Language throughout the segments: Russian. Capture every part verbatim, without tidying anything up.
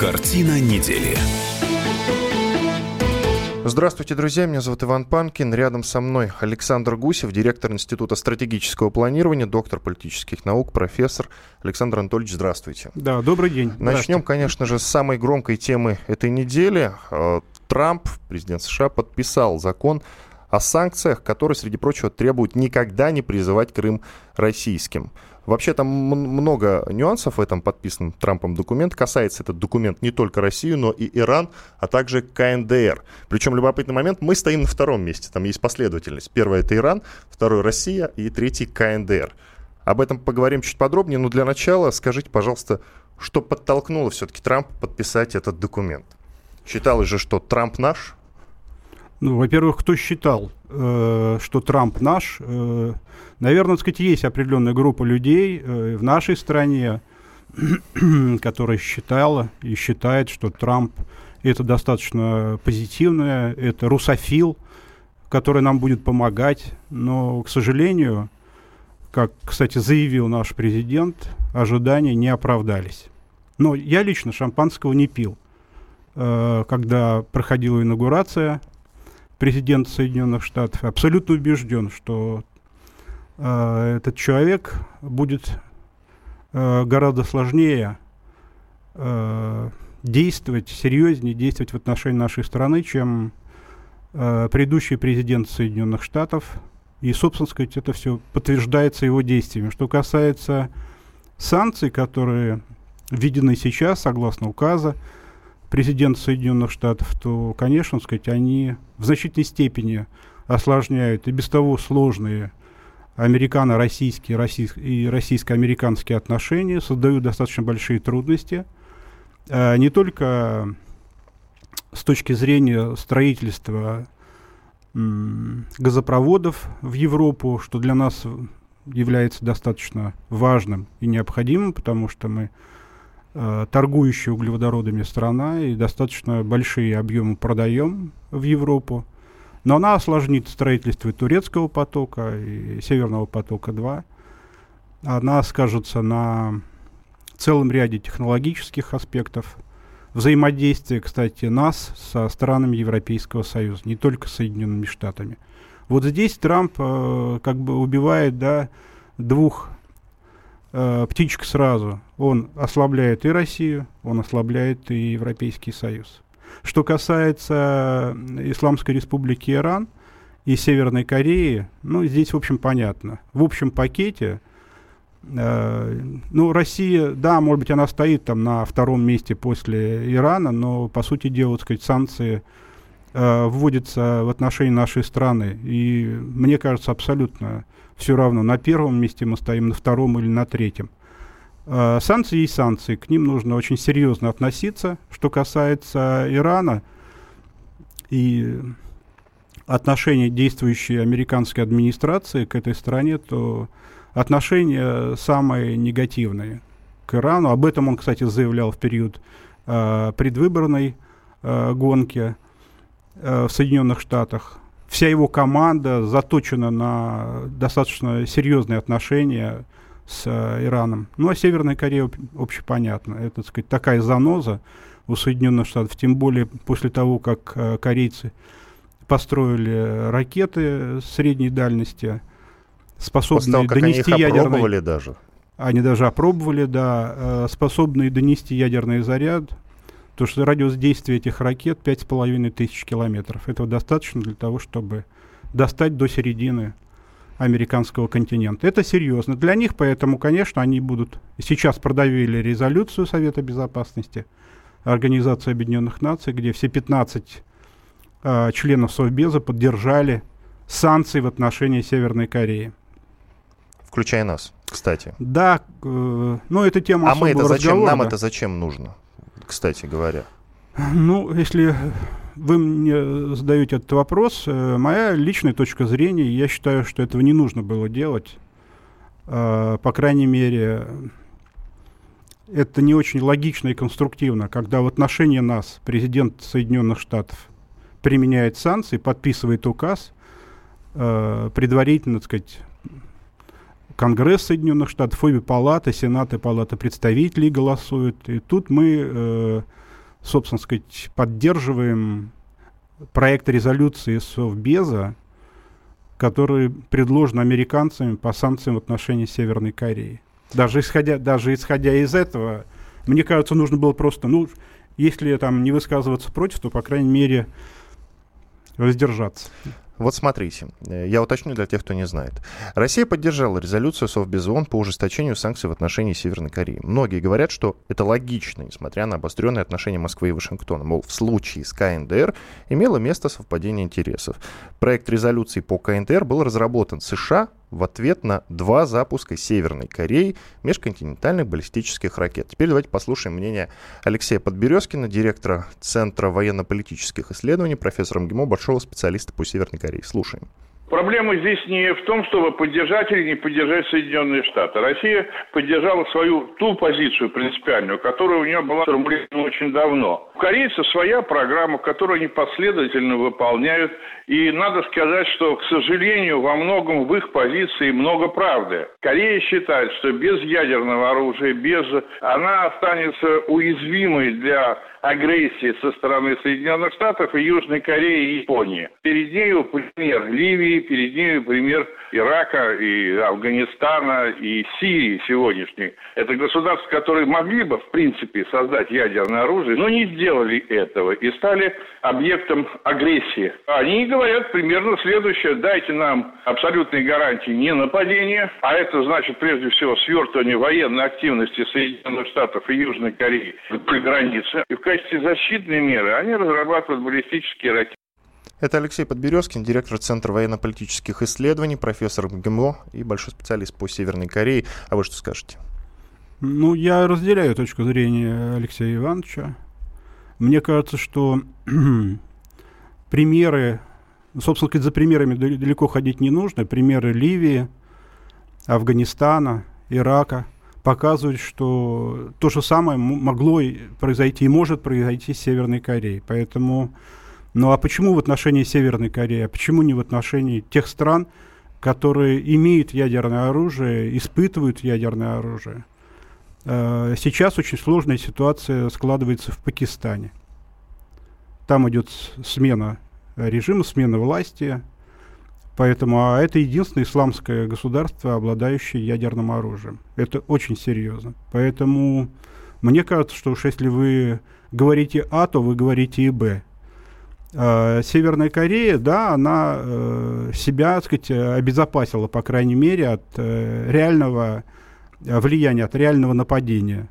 Картина недели. Здравствуйте, друзья. Меня зовут Иван Панкин. Рядом со мной Александр Гусев, директор Института стратегического планирования, доктор политических наук, профессор. Александр Анатольевич, здравствуйте. Да, добрый день. Начнем, конечно же, с самой громкой темы этой недели. Трамп, президент США, подписал закон о санкциях, который, среди прочего, требует никогда не призывать Крым российским. Вообще там много нюансов в этом подписанном Трампом документ. Касается этот документ не только Россию, но и Иран, а также ка эн дэ эр. Причем любопытный момент, мы стоим на втором месте. Там есть последовательность. Первое — это Иран, второе — Россия и третий — ка эн дэ эр. Об этом поговорим чуть подробнее, но для начала скажите, пожалуйста, что подтолкнуло все-таки Трампа подписать этот документ? Считалось же, что Трамп наш? Ну, во-первых, кто считал, э, что Трамп наш? Э, наверное, так сказать, есть определенная группа людей э, в нашей стране, которая считала и считает, что Трамп — это достаточно позитивное, это русофил, который нам будет помогать. Но, к сожалению, как, кстати, заявил наш президент, ожидания не оправдались. Но я лично шампанского не пил, э, когда проходила инаугурация президент Соединенных Штатов. Абсолютно убежден, что э, этот человек будет э, гораздо сложнее э, действовать, серьезнее действовать в отношении нашей страны, чем э, предыдущий президент Соединенных Штатов. И, собственно сказать, это все подтверждается его действиями. Что касается санкций, которые введены сейчас, согласно указа президента Соединенных Штатов, то, конечно, сказать, они в значительной степени осложняют и без того сложные американо-российские российск- и российско-американские отношения, создают достаточно большие трудности, а не только с точки зрения строительства м- газопроводов в Европу, что для нас является достаточно важным и необходимым, потому что мы торгующая углеводородами страна и достаточно большие объемы продаем в Европу. Но она осложнит строительство и турецкого потока, и Северного потока-два. Она скажется на целом ряде технологических аспектов. Взаимодействие, кстати, нас со странами Европейского Союза, не только с Соединенными Штатами. Вот здесь Трамп э, как бы убивает, да, двух э, птичек сразу. Он ослабляет и Россию, он ослабляет и Европейский Союз. Что касается Исламской Республики Иран и Северной Кореи, ну, здесь, в общем, понятно. В общем пакете, э, ну, Россия, да, может быть, она стоит там на втором месте после Ирана, но, по сути дела, так сказать, санкции э, вводятся в отношении нашей страны. И мне кажется, абсолютно все равно, на первом месте мы стоим, на втором или на третьем. Санкции есть санкции, к ним нужно очень серьезно относиться. Что касается Ирана и отношения действующей американской администрации к этой стране, то отношения самые негативные к Ирану. Об этом он, кстати, заявлял в период э, предвыборной э, гонки э, в Соединенных Штатах. Вся его команда заточена на достаточно серьезные отношения с э, Ираном. Ну, а Северная Корея общепонятно. Это, так сказать, такая заноза у Соединенных Штатов, тем более после того, как э, корейцы построили ракеты средней дальности, способные того, как донести они их ядерный... опробовали даже. Они даже опробовали, да, э, способные донести ядерный заряд, потому что радиус действия этих ракет пять с половиной тысяч километров. Этого достаточно для того, чтобы достать до середины американского континента. Это серьезно для них, поэтому, конечно, они будут... Сейчас продавили резолюцию Совета Безопасности Организации Объединенных Наций, где все пятнадцать э, членов Совбеза поддержали санкции в отношении Северной Кореи. Включая нас, кстати. Да, э, ну это тема а мы это зачем, разговора. нам да. это зачем нужно, кстати говоря? Ну, если вы мне задаете этот вопрос, э, моя личная точка зрения, я считаю, что этого не нужно было делать. Э, по крайней мере, это не очень логично и конструктивно, когда в отношении нас президент Соединенных Штатов применяет санкции, подписывает указ, э, предварительно, так сказать, Конгресс Соединенных Штатов, обе палаты, Сенат и Палата представителей голосуют. И тут мы э, собственно сказать, поддерживаем проект резолюции Совбеза, который предложен американцами по санкциям в отношении Северной Кореи. Даже исходя, даже исходя из этого, мне кажется, нужно было просто, ну, если там не высказываться против, то, по крайней мере, воздержаться. Вот смотрите, я уточню для тех, кто не знает. Россия поддержала резолюцию Совбеза ООН по ужесточению санкций в отношении Северной Кореи. Многие говорят, что это логично, несмотря на обостренные отношения Москвы и Вашингтона. Мол, в случае с КНДР имело место совпадение интересов. Проект резолюции по КНДР был разработан США в ответ на два запуска Северной Кореи межконтинентальных баллистических ракет. Теперь давайте послушаем мнение Алексея Подберезкина, директора Центра военно-политических исследований, профессора МГИМО, большого специалиста по Северной Корее. Слушаем. Проблема здесь не в том, чтобы поддержать или не поддержать Соединенные Штаты. Россия поддержала свою ту позицию принципиальную, которая у нее была сформулирована очень давно. У корейцев своя программа, которую они последовательно выполняют. И надо сказать, что, к сожалению, во многом в их позиции много правды. Корея считает, что без ядерного оружия, без она останется уязвимой для агрессии со стороны Соединенных Штатов и Южной Кореи и Японии. Перед нею пример Ливии, перед нею пример Ирака и Афганистана и Сирии сегодняшней. Это государства, которые могли бы, в принципе, создать ядерное оружие, но не сделали этого и стали объектом агрессии. Они говорят примерно следующее: дайте нам абсолютные гарантии ненападения, а это значит прежде всего свертывание военной активности Соединенных Штатов и Южной Кореи при границе. И в качестве защитной меры они разрабатывают баллистические ракеты. Это Алексей Подберезкин, директор Центра военно-политических исследований, профессор МГИМО и большой специалист по Северной Корее. А вы что скажете? Ну, я разделяю точку зрения Алексея Ивановича. Мне кажется, что примеры, собственно, за примерами далеко ходить не нужно. Примеры Ливии, Афганистана, Ирака показывают, что то же самое могло произойти и может произойти с Северной Кореей. Поэтому, ну а почему в отношении Северной Кореи, а почему не в отношении тех стран, которые имеют ядерное оружие, испытывают ядерное оружие? Сейчас очень сложная ситуация складывается в Пакистане. Там идет смена режима, смена власти. Поэтому а это единственное исламское государство, обладающее ядерным оружием. Это очень серьезно. Поэтому мне кажется, что уж если вы говорите А, то вы говорите и Б. А, Северная Корея, да, она э, себя, так сказать, обезопасила, по крайней мере, от э, реального влияния, от реального нападения.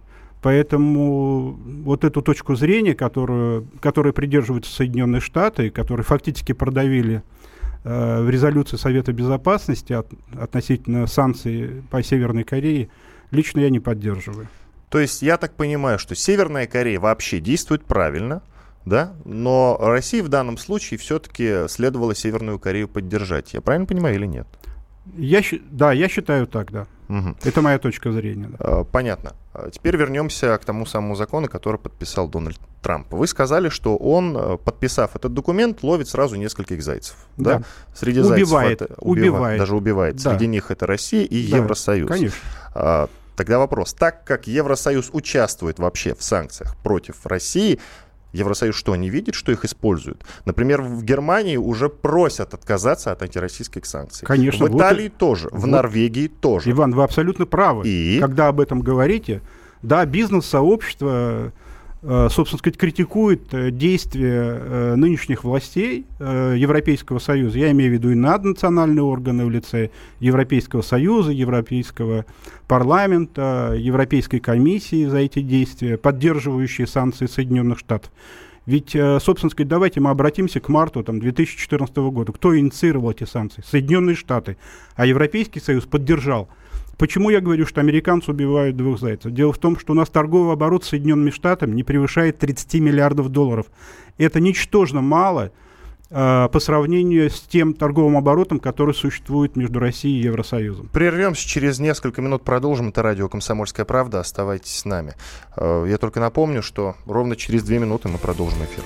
Поэтому вот эту точку зрения, которую, которой придерживаются Соединенные Штаты, которые фактически продавили э, в резолюции Совета Безопасности от, относительно санкций по Северной Корее, лично я не поддерживаю. То есть я так понимаю, что Северная Корея вообще действует правильно, да, но России в данном случае все-таки следовало Северную Корею поддержать. Я правильно понимаю или нет? Я, да, я считаю так, да. Угу. Это моя точка зрения. Да. Понятно. Теперь вернемся к тому самому закону, который подписал Дональд Трамп. Вы сказали, что он, подписав этот документ, ловит сразу нескольких зайцев. Да. Да? Среди убивает, зайцев это, убивает. убивает. Даже убивает. Да. Среди них это Россия и да, Евросоюз. Конечно. Тогда вопрос. Так как Евросоюз участвует вообще в санкциях против России, Евросоюз что, не видит, что их используют? Например, в Германии уже просят отказаться от антироссийских санкций. Конечно. В Италии вот, тоже, в вот, Норвегии тоже. Иван, вы абсолютно правы. И? Когда об этом говорите, да, бизнес-сообщество, э, собственно сказать, критикует э, действия э, нынешних властей э, Европейского Союза. Я имею в виду и наднациональные органы в лице Европейского Союза, Европейского парламента, Европейской комиссии за эти действия, поддерживающие санкции Соединенных Штатов. Ведь, собственно сказать, давайте мы обратимся к марту там, две тысячи четырнадцатого года. Кто инициировал эти санкции? Соединенные Штаты. А Европейский Союз поддержал. Почему я говорю, что американцы убивают двух зайцев? Дело в том, что у нас торговый оборот с Соединенными Штатами не превышает тридцать миллиардов долларов. Это ничтожно мало по сравнению с тем торговым оборотом, который существует между Россией и Евросоюзом. Прервемся, через несколько минут продолжим. Это радио «Комсомольская правда». Оставайтесь с нами. Я только напомню, что ровно через две минуты мы продолжим эфир.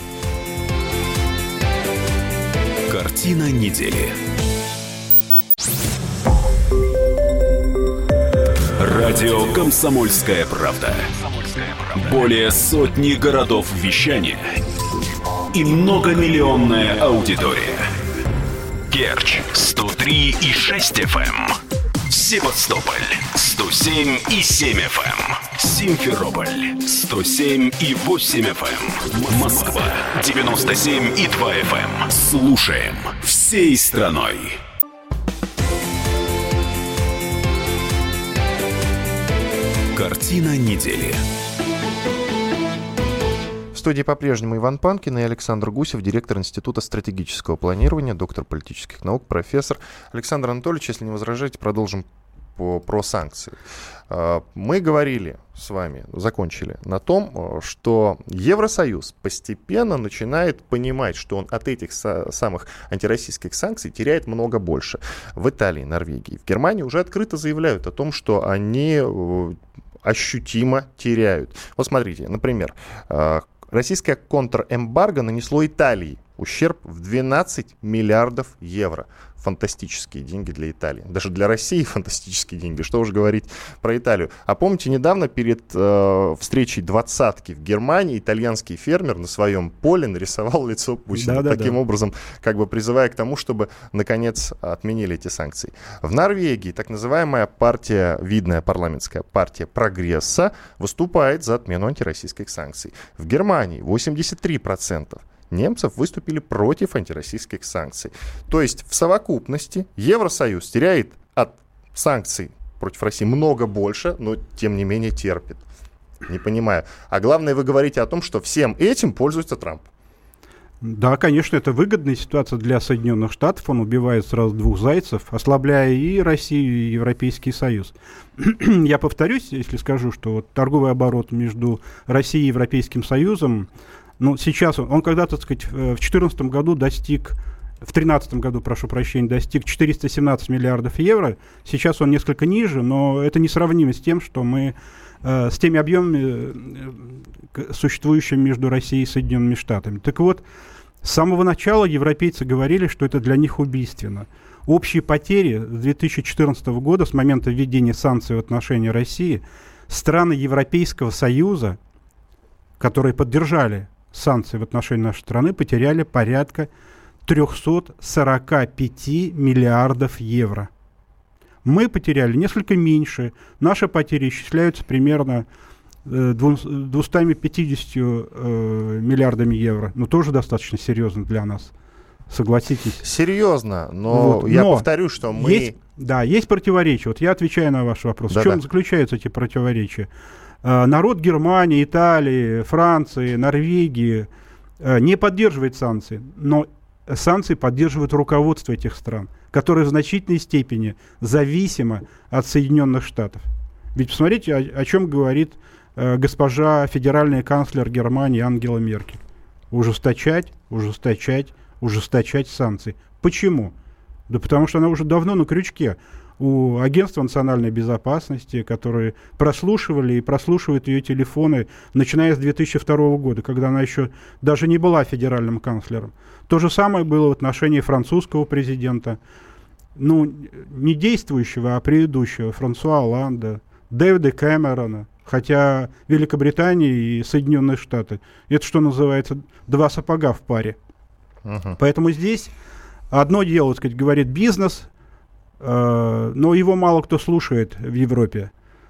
Картина недели. Радио «Комсомольская правда». Более сотни городов вещания и многомиллионная аудитория. Керчь сто три и шесть эф эм, Севастополь сто семь и семь эф эм, Симферополь сто семь и восемь эф эм, Москва девяносто семь и два эф эм. Слушаем всей страной. Картина недели. В студии по-прежнему Иван Панкин и Александр Гусев, директор Института стратегического планирования, доктор политических наук, профессор. Александр Анатольевич, если не возражаете, продолжим по, про санкции. Мы говорили с вами, закончили на том, что Евросоюз постепенно начинает понимать, что он от этих самых антироссийских санкций теряет много больше. В Италии, Норвегии, в Германии уже открыто заявляют о том, что они ощутимо теряют. Вот смотрите, например, российское контр-эмбарго нанесло Италии ущерб в двенадцать миллиардов евро. Фантастические деньги для Италии. Даже для России фантастические деньги. Что уж говорить про Италию. А помните, недавно перед э, встречей двадцатки в Германии итальянский фермер на своем поле нарисовал лицо Путина. Да, таким да. образом, как бы призывая к тому, чтобы, наконец, отменили эти санкции. В Норвегии так называемая партия, видная парламентская партия Прогресса, выступает за отмену антироссийских санкций. В Германии восемьдесят три процента немцев выступили против антироссийских санкций. То есть в совокупности Евросоюз теряет от санкций против России много больше, но тем не менее терпит. Не понимаю. А главное, вы говорите о том, что всем этим пользуется Трамп. Да, конечно, это выгодная ситуация для Соединенных Штатов. Он убивает сразу двух зайцев, ослабляя и Россию, и Европейский Союз. Я повторюсь, если скажу, что вот торговый оборот между Россией и Европейским Союзом, ну, сейчас он, он когда-то, так сказать, в две тысячи четырнадцатом году достиг, в две тысячи тринадцатом году, прошу прощения, достиг четыреста семнадцать миллиардов евро. Сейчас он несколько ниже, но это несравнимо с тем, что мы, э, с теми объемами, э, существующими между Россией и Соединенными Штатами. Так вот, с самого начала европейцы говорили, что это для них убийственно. Общие потери с две тысячи четырнадцатого года, с момента введения санкций в отношении России, страны Европейского Союза, которые поддержали санкции в отношении нашей страны, потеряли порядка триста сорок пять миллиардов евро. Мы потеряли несколько меньше. Наши потери исчисляются примерно э, двумястами пятьюдесятью э, миллиардами евро. Ну, тоже достаточно серьезно для нас. Согласитесь. Серьезно, но вот. я но повторю, что мы... Есть, да, есть противоречия. Вот я отвечаю на ваш вопрос. Да, в чем да. заключаются эти противоречия? Народ Германии, Италии, Франции, Норвегии не поддерживает санкции, но санкции поддерживает руководство этих стран, которое в значительной степени зависимо от Соединенных Штатов. Ведь посмотрите, о, о чем говорит э, госпожа федеральный канцлер Германии Ангела Меркель. Ужесточать, ужесточать, ужесточать санкции. Почему? Да потому что она уже давно на крючке у Агентства национальной безопасности, которые прослушивали и прослушивают ее телефоны, начиная с две тысячи второго года, когда она еще даже не была федеральным канцлером. То же самое было в отношении французского президента, ну, не действующего, а предыдущего, Франсуа Олланда, Дэвида Кэмерона, хотя Великобритания и Соединенные Штаты, это, что называется, два сапога в паре. Uh-huh. Поэтому здесь одно дело, так сказать, говорит бизнес, но его мало кто слушает в Европе.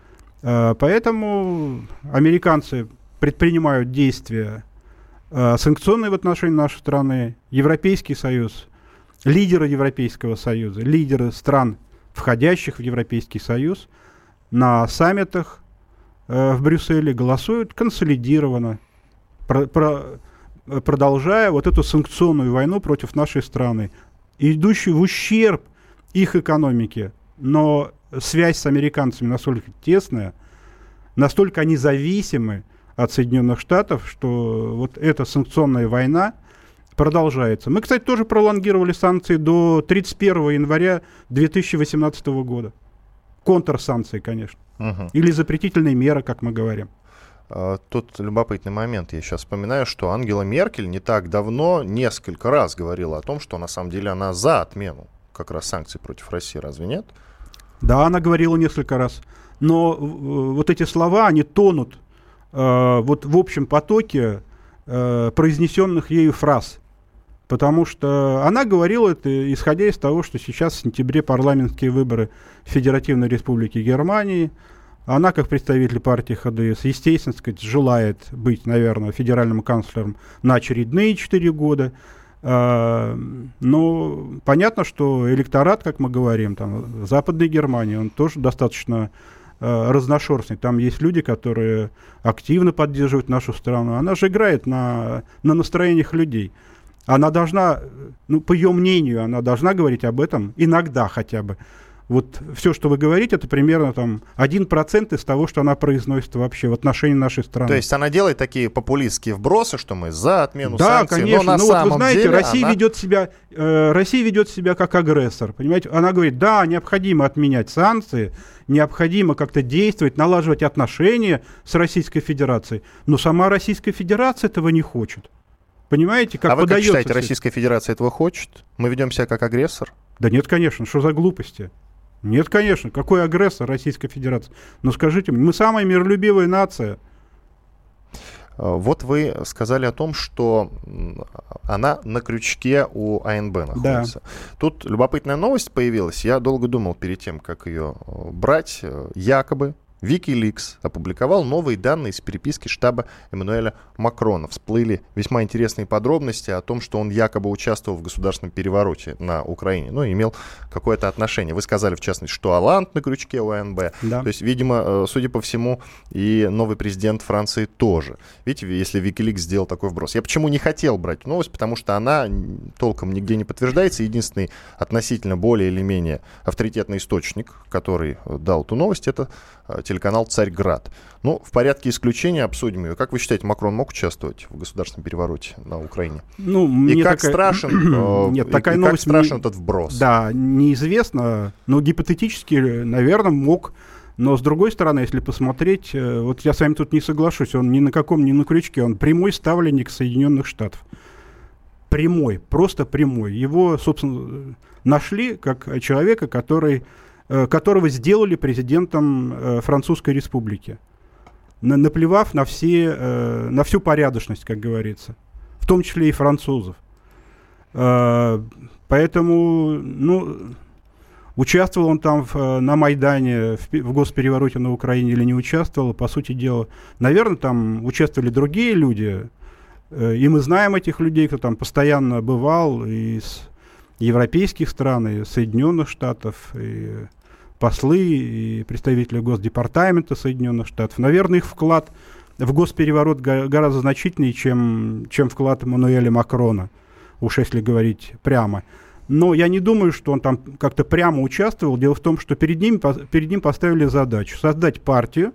Поэтому американцы предпринимают действия санкционные в отношении нашей страны. Европейский Союз, лидеры Европейского Союза, лидеры стран, входящих в Европейский Союз, на саммитах в Брюсселе голосуют консолидированно, про, про, продолжая вот эту санкционную войну против нашей страны, идущую в ущерб их экономике, но связь с американцами настолько тесная, настолько они зависимы от Соединенных Штатов, что вот эта санкционная война продолжается. Мы, кстати, тоже пролонгировали санкции до тридцать первого января две тысячи восемнадцатого года. Контрсанкции, конечно. Угу. Или запретительные меры, как мы говорим. Тут любопытный момент. Я сейчас вспоминаю, что Ангела Меркель не так давно несколько раз говорила о том, что на самом деле она за отмену как раз санкций против России, разве нет? Да, она говорила несколько раз. Но э, вот эти слова, они тонут э, вот в общем потоке э, произнесенных ею фраз. Потому что она говорила это, исходя из того, что сейчас в сентябре парламентские выборы в Федеративной Республике Германии. Она, как представитель партии ха дэ эс, естественно, сказать, желает быть, наверное, федеральным канцлером на очередные четыре года. А, но понятно, что электорат, как мы говорим, там, в Западной Германии, он тоже достаточно а, разношерстный. Там есть люди, которые активно поддерживают нашу страну. Она же играет на, на настроениях людей. Она должна, ну, по ее мнению, она должна говорить об этом иногда хотя бы. Вот все, что вы говорите, это примерно там один процент из того, что она произносит вообще в отношении нашей страны. То есть она делает такие популистские вбросы, что мы за отмену да, санкций, конечно. но на ну, самом вот вы знаете, деле Россия, она... ведет себя, э, Россия ведет себя как агрессор. Понимаете? Она говорит, да, необходимо отменять санкции, необходимо как-то действовать, налаживать отношения с Российской Федерацией, но сама Российская Федерация этого не хочет. Понимаете, как а вы как считаете, все... Российская Федерация этого хочет? Мы ведем себя как агрессор? Да нет, конечно, что за глупости? Нет, конечно, какой агрессор Российская Федерация? Ну скажите мне, мы самая миролюбивая нация. Вот вы сказали о том, что она на крючке у а эн бэ находится. Да. Тут любопытная новость появилась. Я долго думал перед тем, как ее брать. Якобы Wikileaks опубликовал новые данные из переписки штаба Эммануэля Макрона. Всплыли весьма интересные подробности о том, что он якобы участвовал в государственном перевороте на Украине, ну, имел какое-то отношение. Вы сказали, в частности, что Олланд на крючке у а эн бэ. Да. То есть, видимо, судя по всему, и новый президент Франции тоже. Видите, если Wikileaks сделал такой вброс. Я почему не хотел брать новость, потому что она толком нигде не подтверждается. Единственный относительно более или менее авторитетный источник, который дал эту новость, это телеканал «Царьград». Ну, в порядке исключения обсудим ее. Как вы считаете, Макрон мог участвовать в государственном перевороте на Украине? Ну, и как такая... страшен, Нет, и, такая и новость как страшен не... этот вброс? Да, неизвестно, но гипотетически, наверное, мог. Но, с другой стороны, если посмотреть, вот я с вами тут не соглашусь, он ни на каком, ни на крючке, он прямой ставленник Соединенных Штатов. Прямой, просто прямой. Его, собственно, нашли как человека, который... которого сделали президентом э, Французской Республики, на, наплевав на, все, э, на всю порядочность, как говорится, в том числе и французов. Э, поэтому, ну, участвовал он там в, на Майдане, в, в госперевороте на Украине или не участвовал, по сути дела, наверное, там участвовали другие люди, э, и мы знаем этих людей, кто там постоянно бывал из европейских стран, и Соединенных Штатов, и послы, и представители Госдепартамента Соединенных Штатов. Наверное, их вклад в госпереворот го- гораздо значительнее, чем, чем вклад Эммануэля Макрона, уж если говорить прямо. Но я не думаю, что он там как-то прямо участвовал. Дело в том, что перед ним, перед ним поставили задачу создать партию,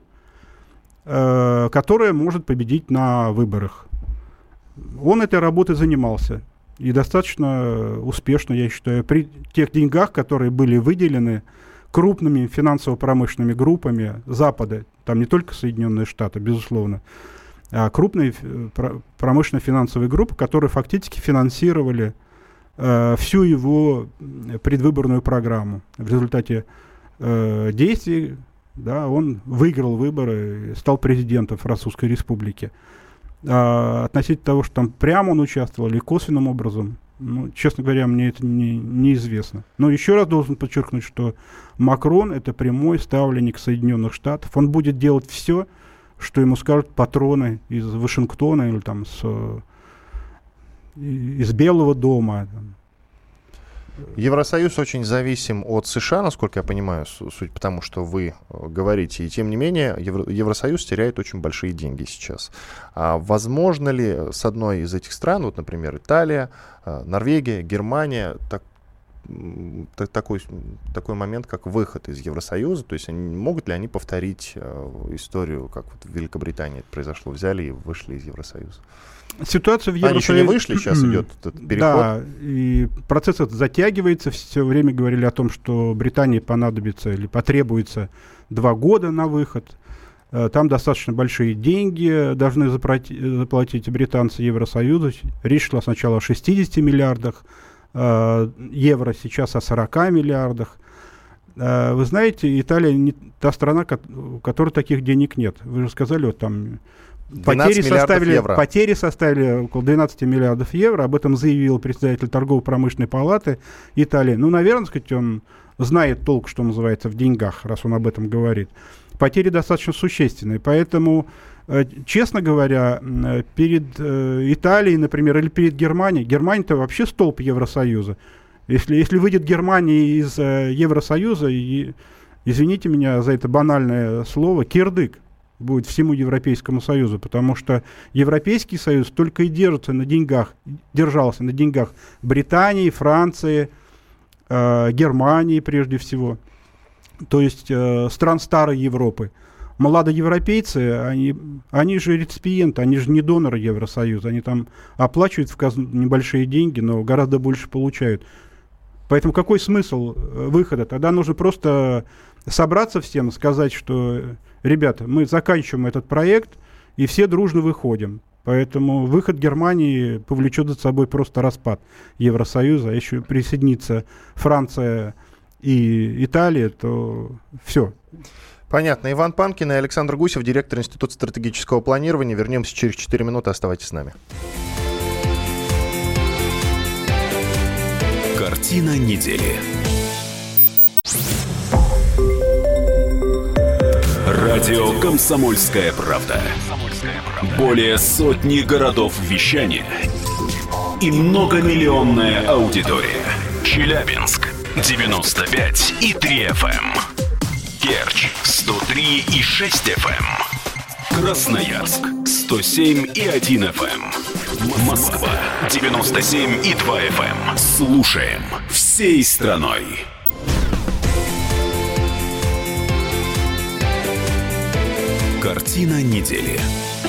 э, которая может победить на выборах. Он этой работой занимался. И достаточно успешно, я считаю, при тех деньгах, которые были выделены крупными финансово-промышленными группами Запада, там не только Соединенные Штаты, безусловно, а крупные промышленно-финансовые группы, которые фактически финансировали э, всю его предвыборную программу. В результате э, действий, да, он выиграл выборы, стал президентом Французской Республики. А относительно того, что там прямо он участвовал или косвенным образом, ну, честно говоря, мне это не, неизвестно. Но еще раз должен подчеркнуть, что Макрон — это прямой ставленник Соединенных Штатов. Он будет делать все, что ему скажут патроны из Вашингтона или там с, из Белого дома. Евросоюз очень зависим от США, насколько я понимаю, суть потому, что вы говорите. И тем не менее, Евро- Евросоюз теряет очень большие деньги сейчас. А возможно ли с одной из этих стран, вот, например, Италия, Норвегия, Германия, так, так, такой, такой момент, как выход из Евросоюза? То есть они, могут ли они повторить историю, как вот в Великобритании это произошло, взяли и вышли из Евросоюза? Ситуация в Евросоюзе... Они еще не вышли, сейчас идет этот переход. Да, и процесс этот затягивается. Все время говорили о том, что Британии понадобится или потребуется два года на выход. Там достаточно большие деньги должны заплатить, заплатить британцы Евросоюзу. Речь шла сначала о шестидесяти миллиардах евро, сейчас о сорока миллиардах. А, вы знаете, Италия не та страна, у которой таких денег нет. Вы же сказали, вот там потери составили, евро. потери составили около двенадцать миллиардов евро. Об этом заявил председатель торгово-промышленной палаты Италии. Ну, наверное, сказать, он знает толк, что называется, в деньгах, раз он об этом говорит. Потери достаточно существенные. Поэтому, э, честно говоря, э, перед э, Италией, например, или перед Германией, Германия-то вообще столб Евросоюза. Если, если выйдет Германия из э, Евросоюза, и, извините меня за это банальное слово, кирдык будет всему Европейскому Союзу, потому что Европейский Союз только и держится на деньгах, держался на деньгах Британии, Франции, э, Германии прежде всего, то есть э, стран старой Европы. Молодоевропейцы, они, они же реципиенты, они же не доноры Евросоюза, они там оплачивают в казну небольшие деньги, но гораздо больше получают. Поэтому какой смысл выхода? Тогда нужно просто собраться всем, сказать, что, ребята, мы заканчиваем этот проект, и все дружно выходим. Поэтому выход Германии повлечет за собой просто распад Евросоюза. А еще присоединится Франция и Италия, то все. Понятно. Иван Панкин и Александр Гусев, директор Института стратегического планирования. Вернемся через четыре минуты. Оставайтесь с нами. Картина недели. Радио «Комсомольская правда». Более сотни городов вещания и многомиллионная аудитория. Челябинск девяносто пять и три эф эм. Керчь сто три и шесть эф эм. Красноярск сто семь и один эф эм. Москва девяносто семь и два эф эм. Слушаем всей страной. Картина недели.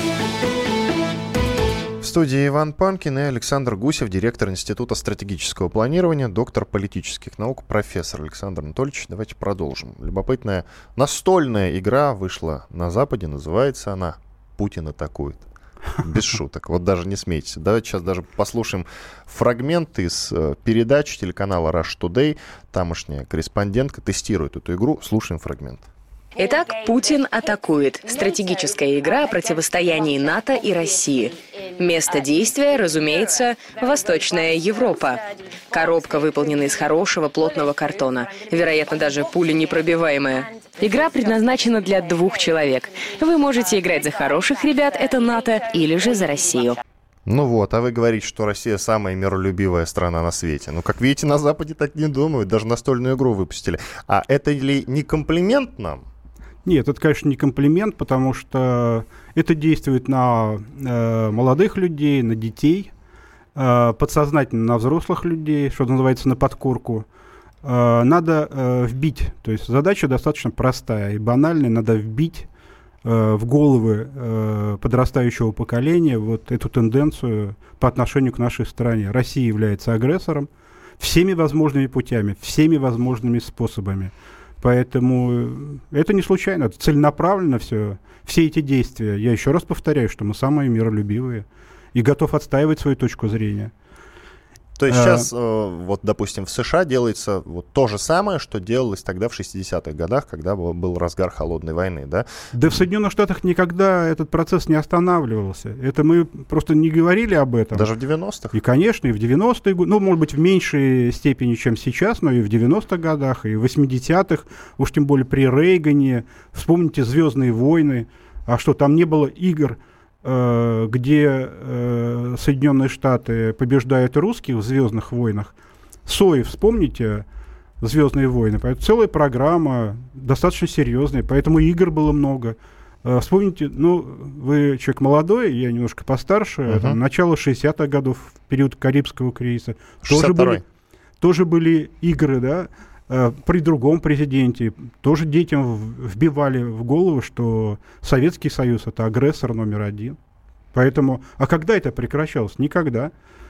В студии Иван Панкин и Александр Гусев, директор Института стратегического планирования, доктор политических наук, профессор. Александр Анатольевич, давайте продолжим. Любопытная настольная игра вышла на Западе, называется она «Путин атакует». Без шуток, вот даже не смейтесь. Давайте сейчас даже послушаем фрагмент из передачи телеканала Russia Today. Тамошняя корреспондентка тестирует эту игру. Слушаем фрагмент. Итак, Путин атакует. Стратегическая игра о противостоянии НАТО и России. Место действия, разумеется, Восточная Европа. Коробка выполнена из хорошего плотного картона. Вероятно, даже пуленепробиваемая. Игра предназначена для двух человек. Вы можете играть за хороших ребят, это НАТО, или же за Россию. Ну вот, а вы говорите, что Россия самая миролюбивая страна на свете. Ну, как видите, на Западе так не думают, даже настольную игру выпустили. А это ли не комплимент нам? Нет, это, конечно, не комплимент, потому что это действует на э, молодых людей, на детей, э, подсознательно на взрослых людей, что называется, на подкорку. Э, надо э, вбить, то есть задача достаточно простая и банальная, надо вбить э, в головы э, подрастающего поколения вот эту тенденцию по отношению к нашей стране. Россия является агрессором всеми возможными путями, всеми возможными способами. Поэтому это не случайно, это целенаправленно все, все эти действия. Я еще раз повторяю, что мы самые миролюбивые и готов отстаивать свою точку зрения. То есть а, сейчас, э, вот, допустим, в США делается вот то же самое, что делалось тогда в шестидесятых годах, когда был, был разгар холодной войны, да? Да в Соединенных Штатах никогда этот процесс не останавливался. Это мы просто не говорили об этом. Даже в девяностых? И, конечно, и в девяностые годы, ну, может быть, в меньшей степени, чем сейчас, но и в девяностых годах, и в восьмидесятых, уж тем более при Рейгане. Вспомните «Звездные войны». А что, там не было игр, где э, Соединенные Штаты побеждают русских в «Звездных войнах». Сои, вспомните «Звездные войны». Поэтому целая программа, достаточно серьезная, поэтому игр было много. Э, вспомните, ну, вы человек молодой, я немножко постарше, uh-huh. там, начало шестидесятых годов, период Карибского кризиса. Тоже были, тоже были игры, да, э, при другом президенте. Тоже детям вбивали в голову, что Советский Союз — это агрессор номер один. Поэтому, а когда это прекращалось? Никогда.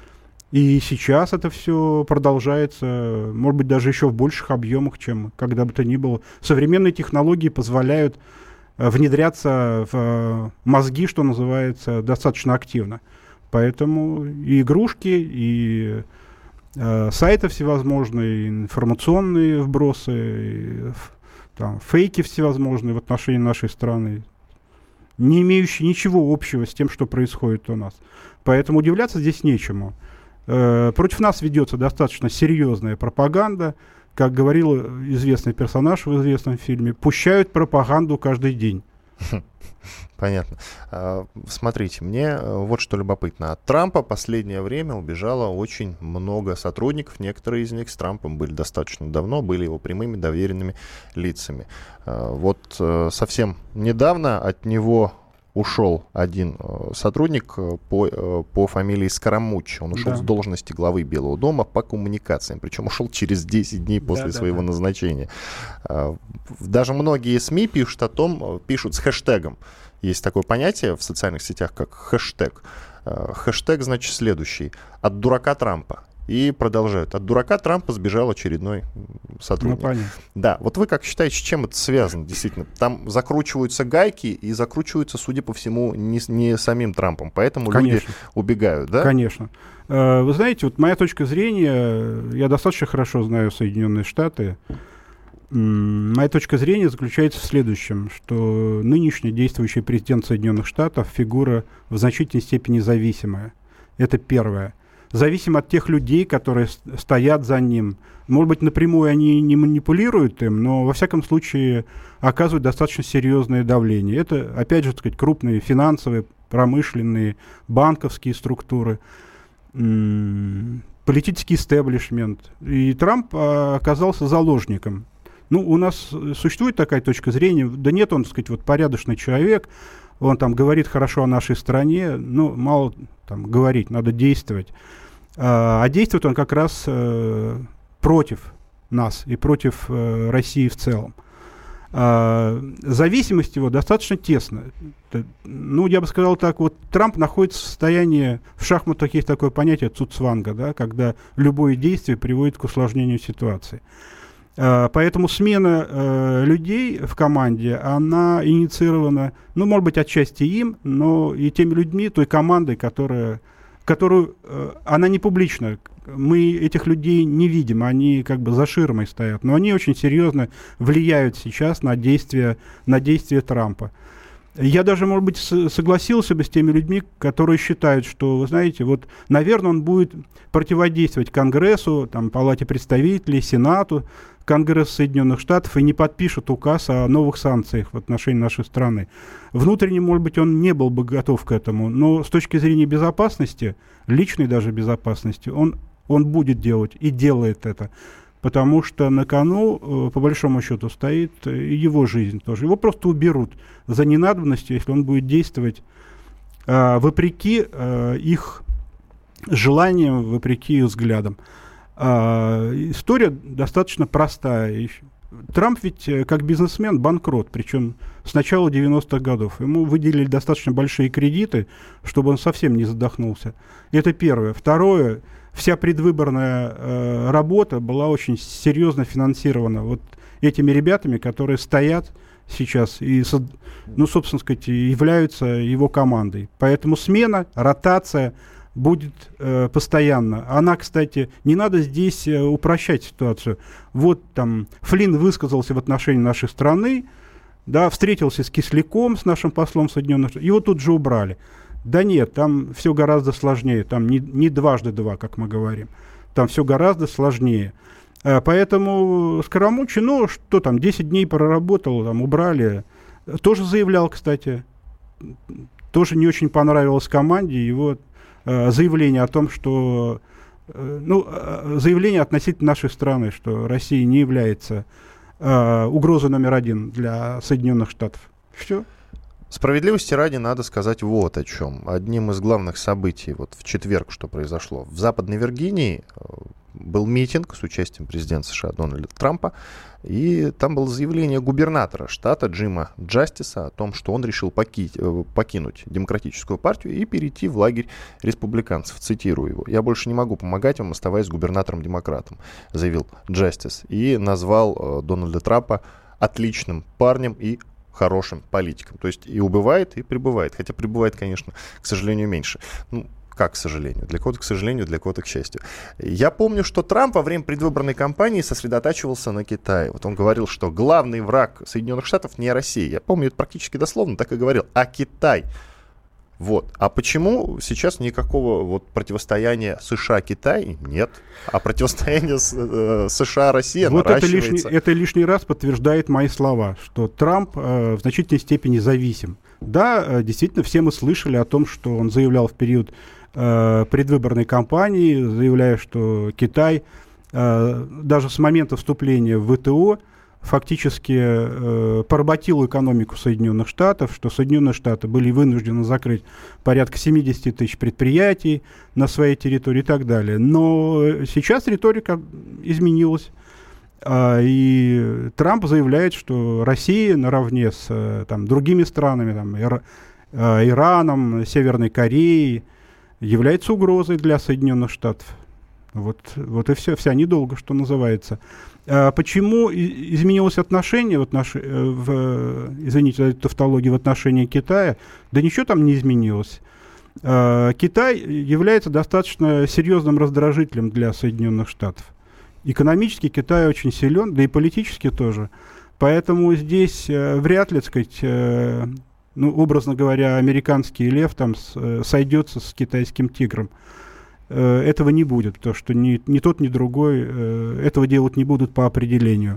И сейчас это все продолжается, может быть, даже еще в больших объемах, чем когда бы то ни было. Современные технологии позволяют э, внедряться в э, мозги, что называется, достаточно активно. Поэтому и игрушки, и э, сайты всевозможные, информационные вбросы, там, фейки всевозможные в отношении нашей страны, не имеющие ничего общего с тем, что происходит у нас. Поэтому удивляться здесь нечему. Э, против нас ведется достаточно серьезная пропаганда. Как говорил известный персонаж в известном фильме, пущают пропаганду каждый день. Понятно. Смотрите, мне вот что любопытно. От Трампа последнее время убежало очень много сотрудников. Некоторые из них с Трампом были достаточно давно, были его прямыми доверенными лицами. Вот совсем недавно от него ушел один сотрудник по, по фамилии Скарамуччи. Он ушел да. с должности главы Белого дома по коммуникациям. Причем ушел через десять дней после да, своего да, да. назначения. Даже многие СМИ пишут о том, пишут с хэштегом. Есть такое понятие в социальных сетях, как хэштег. Хэштег, значит, следующий. От дурака Трампа. И продолжают. От дурака Трампа сбежал очередной сотрудник. Ну, понятно. Да, вот вы как считаете, с чем это связано, действительно? Там закручиваются гайки и закручиваются, судя по всему, не, не самим Трампом. Поэтому Конечно. люди убегают, да? Конечно. Вы знаете, вот моя точка зрения, я достаточно хорошо знаю Соединенные Штаты. Моя точка зрения заключается в следующем, что нынешний действующий президент Соединенных Штатов фигура в значительной степени зависимая. Это первое. Зависим от тех людей, которые стоят за ним. Может быть, напрямую они не манипулируют им, но, во всяком случае, оказывают достаточно серьезное давление. Это, опять же, так сказать, крупные финансовые, промышленные, банковские структуры, м- политический истеблишмент. И Трамп а, оказался заложником. Ну, у нас существует такая точка зрения. Да нет, он, так сказать, вот порядочный человек, он там говорит хорошо о нашей стране, ну, мало там говорить, надо действовать. А, а действует он как раз э, против нас и против э, России в целом. А, зависимость его достаточно тесная. Ну, я бы сказал так, вот Трамп находится в состоянии, в шахматах есть такое понятие цуцванга, да, когда любое действие приводит к усложнению ситуации. Uh, поэтому смена uh, людей в команде, она инициирована, ну, может быть, отчасти им, но и теми людьми, той командой, которая, которую, uh, она не публична. Мы этих людей не видим, они как бы за ширмой стоят, но они очень серьезно влияют сейчас на действия, на действия Трампа. Я даже, может быть, с- согласился бы с теми людьми, которые считают, что, вы знаете, вот, наверное, он будет противодействовать Конгрессу, там, Палате представителей, Сенату, Конгресс Соединенных Штатов и не подпишет указ о новых санкциях в отношении нашей страны. Внутренне, может быть, он не был бы готов к этому, но с точки зрения безопасности, личной даже безопасности, он, он будет делать и делает это. Потому что на кону, по большому счету, стоит и его жизнь тоже. Его просто уберут за ненадобностью, если он будет действовать э, вопреки э, их желаниям, вопреки их взглядам. Э, история достаточно простая. Трамп ведь как бизнесмен банкрот, причем с начала девяностых годов. Ему выделили достаточно большие кредиты, чтобы он совсем не задохнулся. Это первое. Второе. Вся предвыборная э, работа была очень серьезно финансирована вот этими ребятами, которые стоят сейчас и, ну, собственно сказать, являются его командой. Поэтому смена, ротация будет э, постоянно. Она, кстати, не надо здесь э, упрощать ситуацию. Вот там Флинн высказался в отношении нашей страны, да, встретился с Кисляком, с нашим послом Соединенных Штатов, его тут же убрали. Да нет, там все гораздо сложнее, там не, не дважды два, как мы говорим, там все гораздо сложнее. А, поэтому Скарамуччи, ну, что там, десять дней проработал, там убрали, тоже заявлял, кстати, тоже не очень понравилось команде его а, заявление о том, что, а, ну, а, заявление относительно нашей страны, что Россия не является а, угрозой номер один для Соединенных Штатов. Все. Справедливости ради надо сказать вот о чем. Одним из главных событий вот в четверг, что произошло, в Западной Виргинии был митинг с участием президента США Дональда Трампа, и там было заявление губернатора штата Джима Джастиса о том, что он решил покить, покинуть Демократическую партию и перейти в лагерь республиканцев. Цитирую его. «Я больше не могу помогать вам, оставаясь губернатором-демократом», заявил Джастис, и назвал Дональда Трампа отличным парнем и хорошим политиком. То есть и убывает, и прибывает. Хотя прибывает, конечно, к сожалению, меньше. Ну, Как, к сожалению? Для кого-то, к сожалению, для кого-то, к счастью. Я помню, что Трамп во время предвыборной кампании сосредотачивался на Китае. Вот он говорил, что главный враг Соединенных Штатов не Россия. Я помню, это практически дословно так и говорил, а Китай. Вот. А почему сейчас никакого вот противостояния США-Китай нет? А противостояние э, США-Россия вот наращивается. Это лишний, это лишний раз подтверждает мои слова, что Трамп э, в значительной степени зависим. Да, э, действительно, все мы слышали о том, что он заявлял в период э, предвыборной кампании, заявляя, что Китай э, даже с момента вступления в ВТО фактически э, поработил экономику Соединенных Штатов, что Соединенные Штаты были вынуждены закрыть порядка семьдесят тысяч предприятий на своей территории и так далее. Но сейчас риторика изменилась. Э, и Трамп заявляет, что Россия наравне с э, там, другими странами, там, Ира, э, Ираном, Северной Кореей, является угрозой для Соединенных Штатов. Вот, вот и все, вся недолго, что называется. А почему изменилось отношение в отнош... в, извините за тавтологию, в отношении Китая? Да ничего там не изменилось. А, Китай является достаточно серьезным раздражителем для Соединенных Штатов. Экономически Китай очень силен, да и политически тоже. Поэтому здесь э, вряд ли, так сказать, э, ну, образно говоря, американский лев там с, сойдется с китайским тигром. Этого не будет, потому что ни, ни тот, ни другой э, этого делать не будут по определению.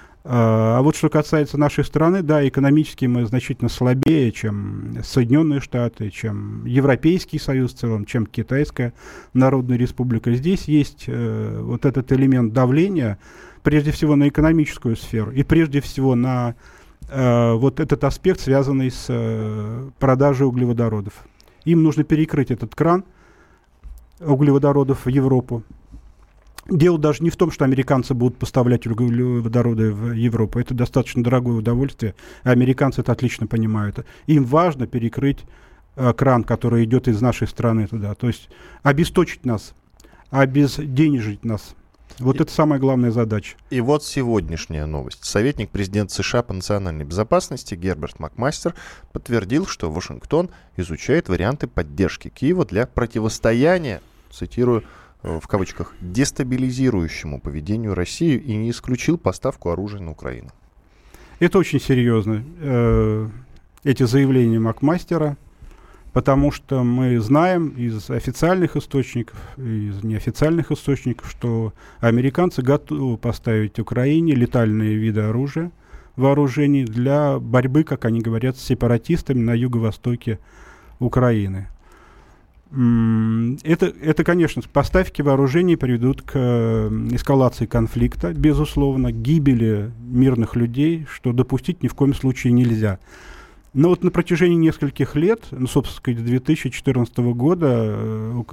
А, а вот что касается нашей страны, да, экономически мы значительно слабее, чем Соединенные Штаты, чем Европейский Союз в целом, чем Китайская Народная Республика. Здесь есть э, вот этот элемент давления, прежде всего на экономическую сферу и прежде всего на э, вот этот аспект, связанный с э, продажей углеводородов. Им нужно перекрыть этот кран углеводородов в Европу. Дело даже не в том, что американцы будут поставлять углеводороды в Европу. Это достаточно дорогое удовольствие. Американцы это отлично понимают. Им важно перекрыть э, кран, который идет из нашей страны туда. То есть обесточить нас, обезденежить нас. Вот и, это самая главная задача. И вот сегодняшняя новость. Советник президента США по национальной безопасности Герберт Макмастер подтвердил, что Вашингтон изучает варианты поддержки Киева для противостояния, цитирую, в кавычках, дестабилизирующему поведению России и не исключил поставку оружия на Украину. Это очень серьезно, э, эти заявления Макмастера, потому что мы знаем из официальных источников, из неофициальных источников, что американцы готовы поставить Украине летальные виды оружия, вооружений для борьбы, как они говорят, с сепаратистами на юго-востоке Украины. Это, это, конечно, поставки вооружений приведут к эскалации конфликта, безусловно, к гибели мирных людей, что допустить ни в коем случае нельзя. Но вот на протяжении нескольких лет, ну, собственно, две тысячи четырнадцатого года,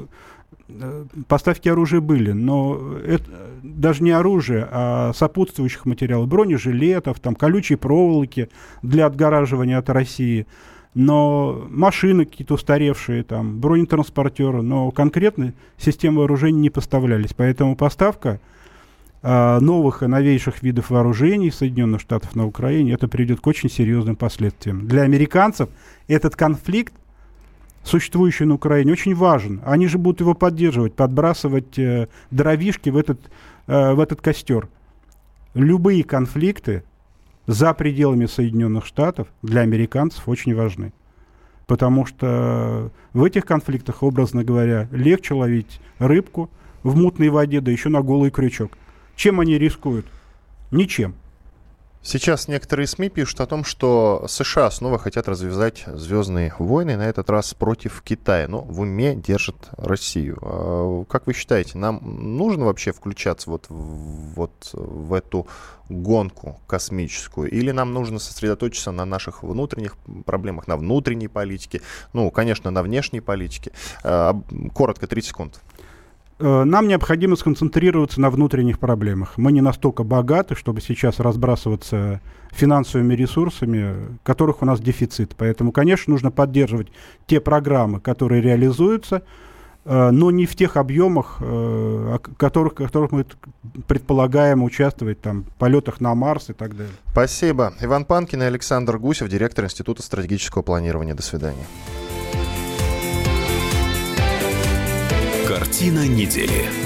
поставки оружия были, но это даже не оружие, а сопутствующих материалов, бронежилетов, там, колючей проволоки для отгораживания от России, но машины какие-то устаревшие, там, бронетранспортеры, но конкретно системы вооружений не поставлялись. Поэтому поставка а, новых и новейших видов вооружений Соединенных Штатов на Украине, это приведет к очень серьезным последствиям. Для американцев этот конфликт, существующий на Украине, очень важен. Они же будут его поддерживать, подбрасывать э, дровишки в этот, э, в этот костер. Любые конфликты за пределами Соединенных Штатов для американцев очень важны. Потому что в этих конфликтах, образно говоря, легче ловить рыбку в мутной воде, да еще на голый крючок. Чем они рискуют? Ничем. Сейчас некоторые СМИ пишут о том, что США снова хотят развязать звездные войны, на этот раз против Китая, но в уме держат Россию. Как вы считаете, нам нужно вообще включаться вот, вот в эту гонку космическую, или нам нужно сосредоточиться на наших внутренних проблемах, на внутренней политике, ну, конечно, на внешней политике? Коротко, тридцать секунд. Нам необходимо сконцентрироваться на внутренних проблемах. Мы не настолько богаты, чтобы сейчас разбрасываться финансовыми ресурсами, которых у нас дефицит. Поэтому, конечно, нужно поддерживать те программы, которые реализуются, но не в тех объемах, в которых, которых мы предполагаем участвовать, там, в полетах на Марс и так далее. Спасибо. Иван Панкин и Александр Гусев, директор Института стратегического планирования. До свидания. Картина недели.